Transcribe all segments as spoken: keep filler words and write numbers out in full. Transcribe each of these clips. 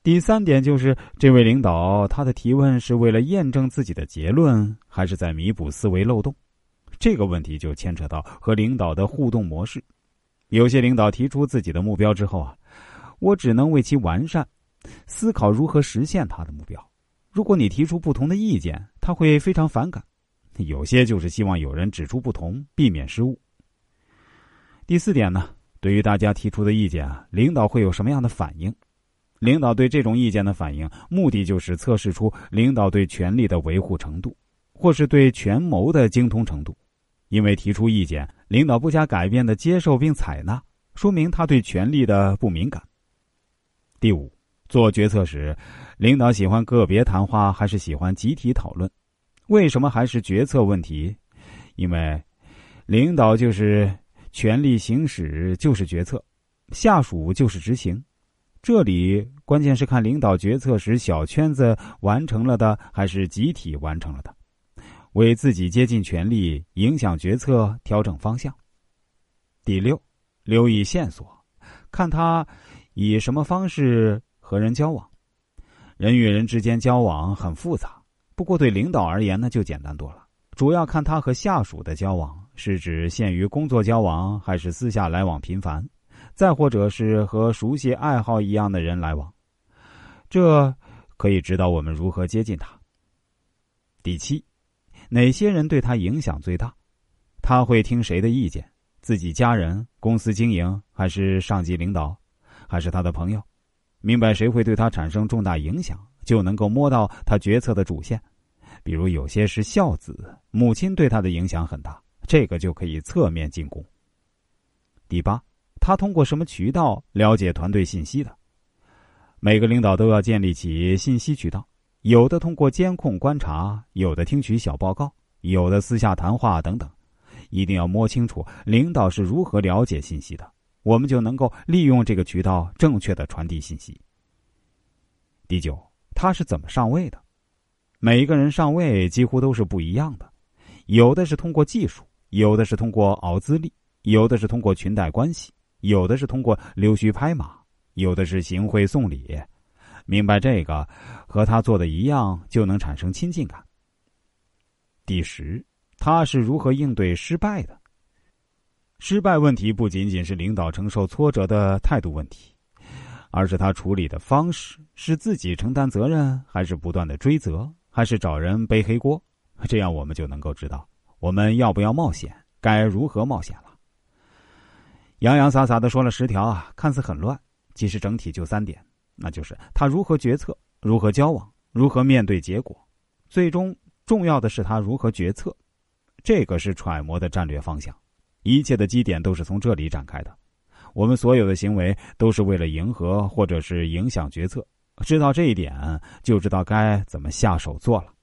第三点就是这位领导他的提问是为了验证自己的结论，还是在弥补思维漏洞。这个问题就牵扯到和领导的互动模式。有些领导提出自己的目标之后啊，我只能为其完善，思考如何实现他的目标。如果你提出不同的意见，他会非常反感。有些就是希望有人指出不同，避免失误。第四点呢，对于大家提出的意见啊，领导会有什么样的反应？领导对这种意见的反应，目的就是测试出领导对权力的维护程度，或是对权谋的精通程度。因为提出意见，领导不加改变的接受并采纳，说明他对权力的不敏感。第五，做决策时，领导喜欢个别谈话还是喜欢集体讨论？为什么还是决策问题？因为领导就是权力行使就是决策，下属就是执行。这里关键是看领导决策时小圈子完成了的还是集体完成了的，为自己接近权力，影响决策，调整方向。第六，留意线索，看他以什么方式和人交往。人与人之间交往很复杂，不过对领导而言呢就简单多了，主要看他和下属的交往是指限于工作交往，还是私下来往频繁，再或者是和熟悉爱好一样的人来往，这可以指导我们如何接近他。第七，哪些人对他影响最大？他会听谁的意见？自己家人、公司经营，还是上级领导，还是他的朋友？明白谁会对他产生重大影响，就能够摸到他决策的主线。比如有些是孝子，母亲对他的影响很大，这个就可以侧面进攻。第八，他通过什么渠道了解团队信息的？每个领导都要建立起信息渠道，有的通过监控观察，有的听取小报告，有的私下谈话等等。一定要摸清楚领导是如何了解信息的，我们就能够利用这个渠道正确的传递信息。第九，他是怎么上位的？每一个人上位几乎都是不一样的，有的是通过技术，有的是通过熬资历，有的是通过裙带关系，有的是通过溜须拍马，有的是行贿送礼。明白这个，和他做的一样，就能产生亲近感。第十，他是如何应对失败的？失败问题不仅仅是领导承受挫折的态度问题，而是他处理的方式，是自己承担责任，还是不断的追责，还是找人背黑锅？这样我们就能够知道我们要不要冒险，该如何冒险了。洋洋洒洒的说了十条啊，看似很乱，其实整体就三点，那就是他如何决策，如何交往，如何面对结果，最终重要的是他如何决策。这个是揣摩的战略方向，一切的基点都是从这里展开的。我们所有的行为都是为了迎合或者是影响决策，知道这一点，就知道该怎么下手做了。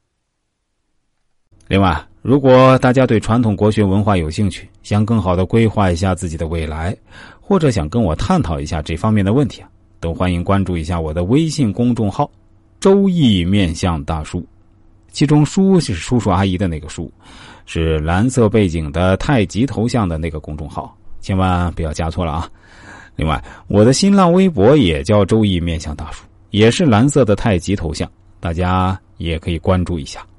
另外，如果大家对传统国学文化有兴趣，想更好的规划一下自己的未来，或者想跟我探讨一下这方面的问题啊，都欢迎关注一下我的微信公众号周易面相大叔，其中叔是叔叔阿姨的那个叔，是蓝色背景的太极头像的那个公众号，千万不要加错了啊。另外，我的新浪微博也叫周易面相大叔，也是蓝色的太极头像，大家也可以关注一下。